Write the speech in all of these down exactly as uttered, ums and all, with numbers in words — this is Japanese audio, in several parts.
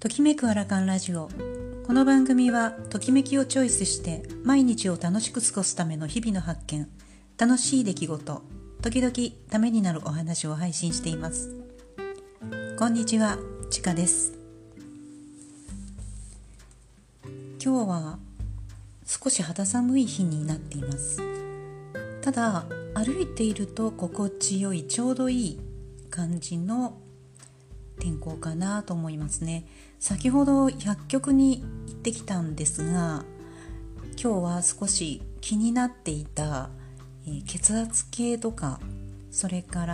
ときめくアラカンラジオ。この番組はときめきをチョイスして毎日を楽しく過ごすための日々の発見、楽しい出来事、時々ためになるお話を配信しています。こんにちは、ちかです。今日は少し肌寒い日になっています。ただ歩いていると心地よい、ちょうどいい感じの天候かなと思いますね。先ほど薬局に行ってきたんですが、今日は少し気になっていた、えー、血圧計とか、それから、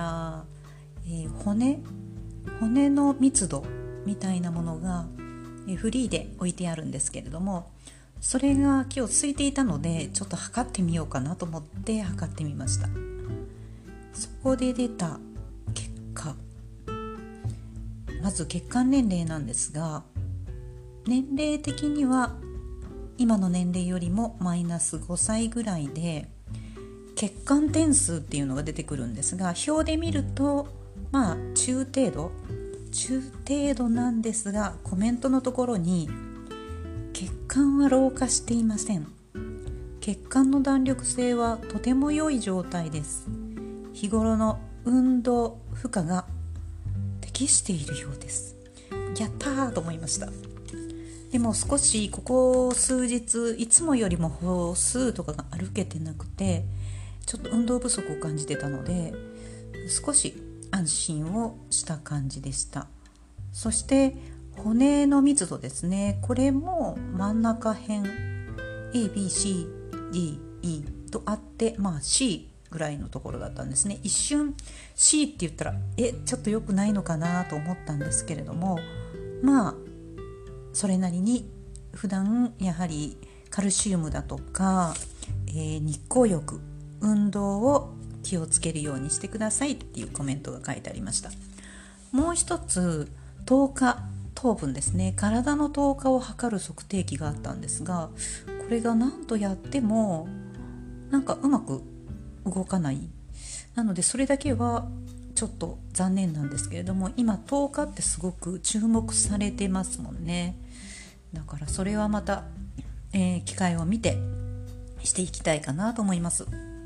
えー、骨骨の密度みたいなものが、えー、フリーで置いてあるんですけれども、それが今日空いていたのでちょっと測ってみようかなと思って測ってみました。そこで出た結果、まず血管年齢なんですが、年齢的には今の年齢よりもマイナスごさいぐらいで、血管点数っていうのが出てくるんですが、表で見るとまあ中程度中程度なんですが、コメントのところに血管は老化していません、血管の弾力性はとても良い状態です、日頃の運動負荷が適しているようです。やったーと思いました。でも少しここ数日いつもよりも歩数とかが歩けてなくて、ちょっと運動不足を感じてたので少し安心をした感じでした。そして骨の密度ですね、これも真ん中辺 エービーシーディーイー とあって、まあ Cぐらいのところだったんですね。一瞬 C って言ったらえちょっと良くないのかなと思ったんですけれども、まあそれなりに普段やはりカルシウムだとか、えー、日光浴、運動を気をつけるようにしてくださいっていうコメントが書いてありました。もう一つ、糖化糖分ですね、体の糖化を測る測定器があったんですが、これが何度やってもなんかうまく動かない。なのでそれだけはちょっと残念なんですけれども、今糖化ってすごく注目されてますもんね。だからそれはまた、えー、機会を見てしていきたいかなと思います。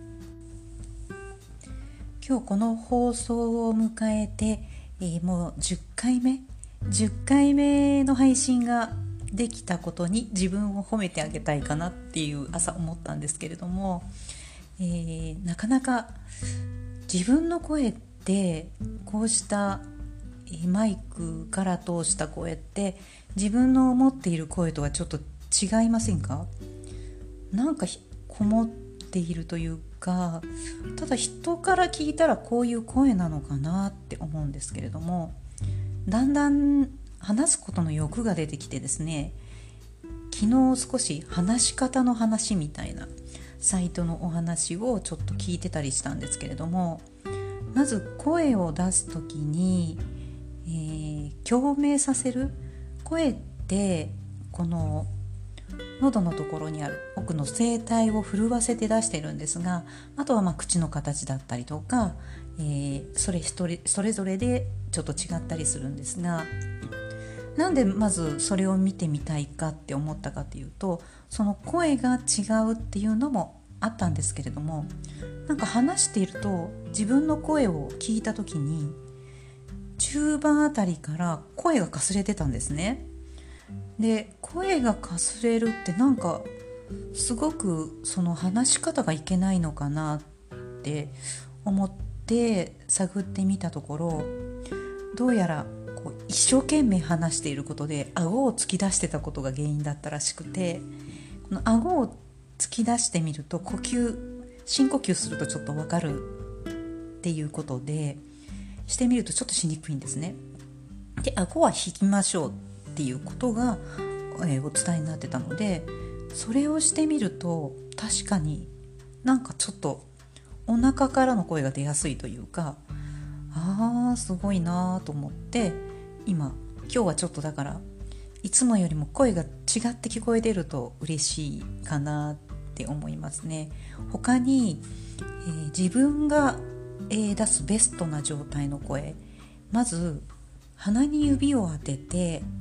今日この放送を迎えて、えー、もうじゅっかいめじゅっかいめの配信ができたことに自分を褒めてあげたいかなっていう朝思ったんですけれども、えー、なかなか自分の声ってこうしたマイクから通した声って自分の思っている声とはちょっと違いませんか？なんかこもっているというか、ただ人から聞いたらこういう声なのかなって思うんですけれども、だんだん話すことの欲が出てきてですね、昨日少し話し方の話みたいなサイトのお話をちょっと聞いてたりしたんですけれども、まず声を出すときに、えー、共鳴させる声ってこの喉のところにある奥の声帯を震わせて出してるんですが、あとはまあ口の形だったりとか、えー、それ一人それぞれでちょっと違ったりするんですが、なんでまずそれを見てみたいかって思ったかっていうと、その声が違うっていうのもあったんですけれども、なんか話していると自分の声を聞いた時に中盤あたりから声がかすれてたんですね。で、声がかすれるってなんかすごくその話し方がいけないのかなって思って探ってみたところ、どうやらこう一生懸命話していることで顎を突き出してたことが原因だったらしくて、この顎を突き出してみると呼吸深呼吸するとちょっと分かるっていうことでしてみるとちょっとしにくいんですね。で、顎は引きましょうっていうことが、えー、お伝えになってたので、それをしてみると確かになんかちょっとお腹からの声が出やすいというか、あーすごいなと思って、今今日はちょっとだからいつもよりも声が違って聞こえてると嬉しいかなって思いますね。他に、えー、自分が、えー、出すベストな状態の声、まず鼻に指を当てて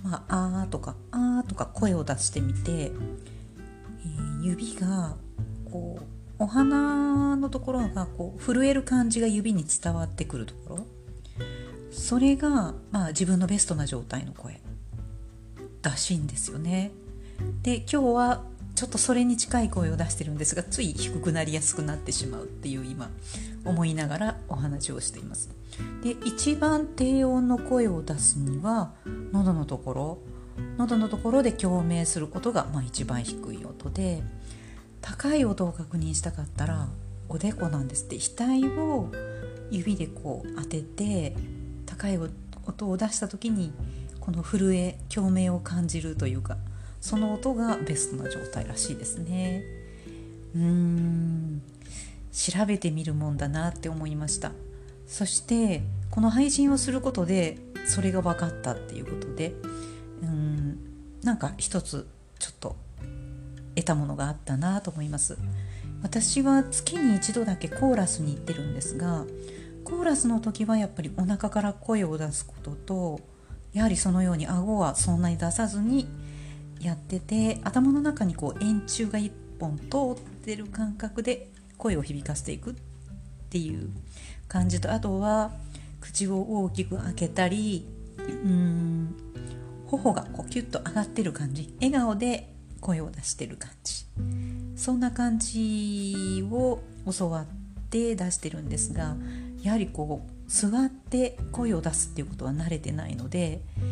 まあ、あーとかあーとか声を出してみて、えー、指がこうお花のところがこう震える感じが指に伝わってくるところ、それが、まあ、自分のベストな状態の声らしいんですよね。で今日はちょっとそれに近い声を出してるんですが、つい低くなりやすくなってしまうっていう今思いながらお話をしています。で一番低音の声を出すには喉のところ喉のところで共鳴することが、まあ、一番低い音で、高い音を確認したかったらおでこなんですって。額を指でこう当てて高い音を出した時にこの震え共鳴を感じるというか、その音がベストな状態らしいですね。うーん調べてみるもんだなって思いました。そしてこの配信をすることでそれが分かったっていうことで、うーんなんか一つちょっと得たものがあったなと思います。私は月に一度だけコーラスに行ってるんですが、コーラスの時はやっぱりお腹から声を出すことと、やはりそのように顎はそんなに出さずにやってて、頭の中にこう円柱が一本通ってる感覚で声を響かせていくっていう感じと、あとは口を大きく開けたり、うーん頬がこうキュッと上がってる感じ、笑顔で声を出してる感じ、そんな感じを教わって出してるんですが、やはりこう座って声を出すっていうことは慣れてないので、うん、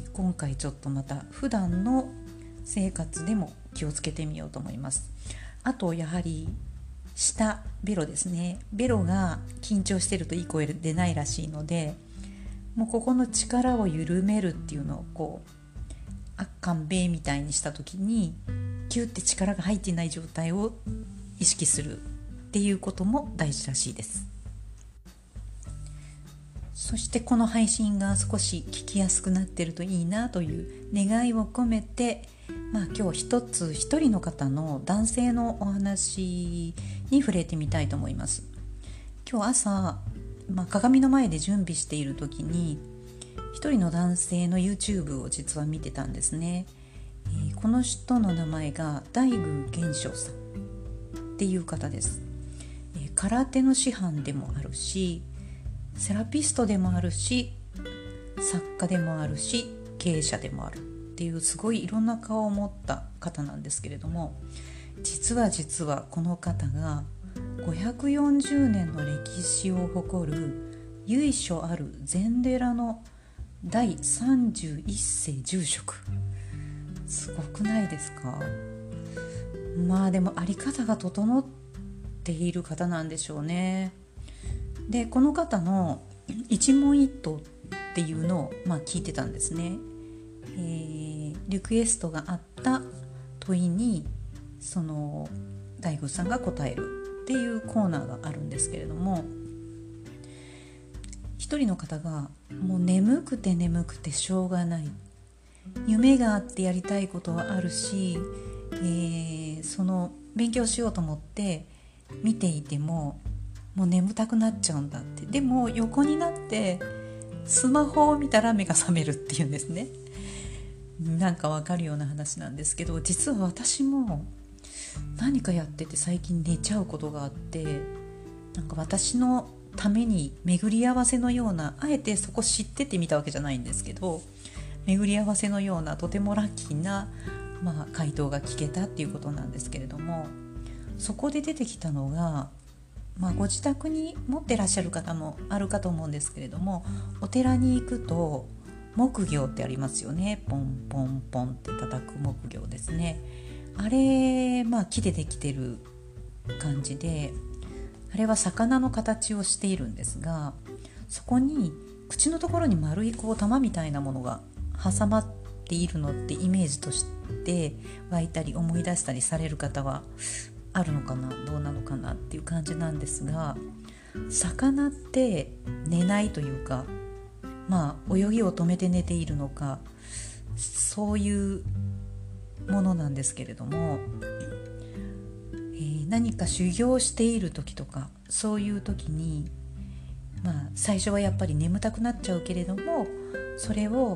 今回ちょっとまた普段の生活でも気をつけてみようと思います。あとやはり下ベロですね。ベロが緊張してるといい声出ないらしいので、もうここの力を緩めるっていうのをこうあっかんべーみたいにした時にキュッて力が入っていない状態を意識するっていうことも大事らしいです。そしてこの配信が少し聞きやすくなってるといいなという願いを込めて、まあ、今日一つ一人の方の男性のお話に触れてみたいと思います。今日朝、まあ、鏡の前で準備している時に一人の男性の YouTube を実は見てたんですね。えー、この人の名前が大宮玄正さんっていう方です。えー、空手の師範でもあるし、セラピストでもあるし、作家でもあるし、経営者でもあるっていうすごいいろんな顔を持った方なんですけれども、実は実はこの方がごひゃくよんじゅうねんの歴史を誇る由緒ある禅寺のだいさんじゅういっ世住職。すごくないですか？まあでもあり方が整っている方なんでしょうね。でこの方の一問一答っていうのを、まあ、聞いてたんですね。えー、リクエストがあった問いにその大宮さんが答えるっていうコーナーがあるんですけれども、一人の方がもう眠くて眠くてしょうがない、夢があってやりたいことはあるし、えー、その勉強しようと思って見ていてももう眠たくなっちゃうんだって。でも横になってスマホを見たら目が覚めるっていうんですね。なんかわかるような話なんですけど、実は私も何かやってて最近寝ちゃうことがあって、なんか私のために巡り合わせのような、あえてそこ知っててみたわけじゃないんですけど、巡り合わせのようなとてもラッキーな、まあ、回答が聞けたっていうことなんですけれども、そこで出てきたのが、まあ、ご自宅に持ってらっしゃる方もあるかと思うんですけれども、お寺に行くと木魚ってありますよね。ポンポンポンって叩く木魚ですね。あれ、まあ、木でできてる感じで、あれは魚の形をしているんですが、そこに口のところに丸いこう玉みたいなものが挟まっているのってイメージとして湧いたり思い出したりされる方はあるのかな、どうなのかなっていう感じなんですが、魚って寝ないというか、まあ泳ぎを止めて寝ているのか、そういうものなんですけれども、えー、何か修行している時とかそういう時に、まあ最初はやっぱり眠たくなっちゃうけれども、それを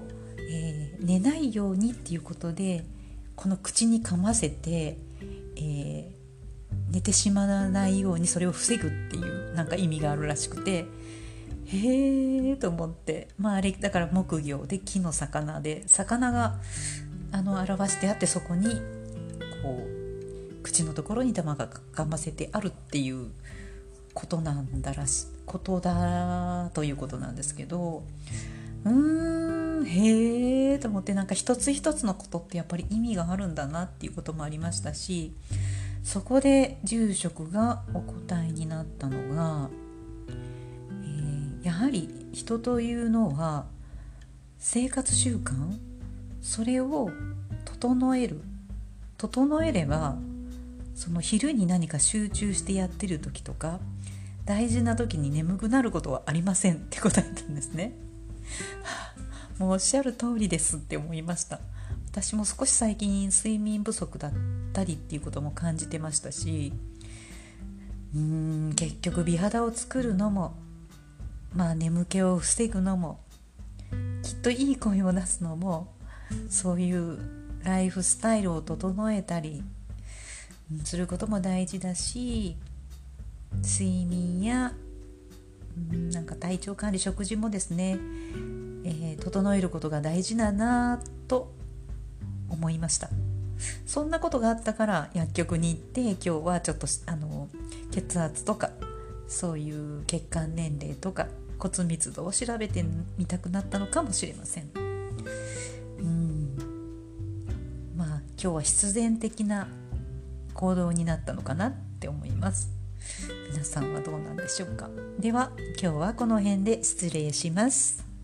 えー、寝ないようにっていうことでこの口に噛ませて、えー、寝てしまわないようにそれを防ぐっていうなんか意味があるらしくて、へーと思って、まああれだから木魚で木の魚で魚があの表してあって、そこにこう口のところに玉が噛ませてあるっていうことなんだらしことだということなんですけど、うーんへーと思って、なんか一つ一つのことってやっぱり意味があるんだなっていうこともありましたし、そこで住職がお答えになったのが、えー、やはり人というのは生活習慣、それを整える整えれば、その昼に何か集中してやってる時とか大事な時に眠くなることはありませんって答えたんですね。もうおっしゃる通りですって思いました。私も少し最近睡眠不足だったりっていうことも感じてましたし、うーん結局美肌を作るのも、まあ眠気を防ぐのも、きっといい声を出すのも、そういうライフスタイルを整えたりすることも大事だし、睡眠やなんか体調管理、食事もですね、えー、整えることが大事だなと思いました。そんなことがあったから薬局に行って、今日はちょっとあの血圧とかそういう血管年齢とか骨密度を調べてみたくなったのかもしれません。うんまあ今日は必然的な行動になったのかなって思います。皆さんはどうなんでしょうか。では今日はこの辺で失礼します。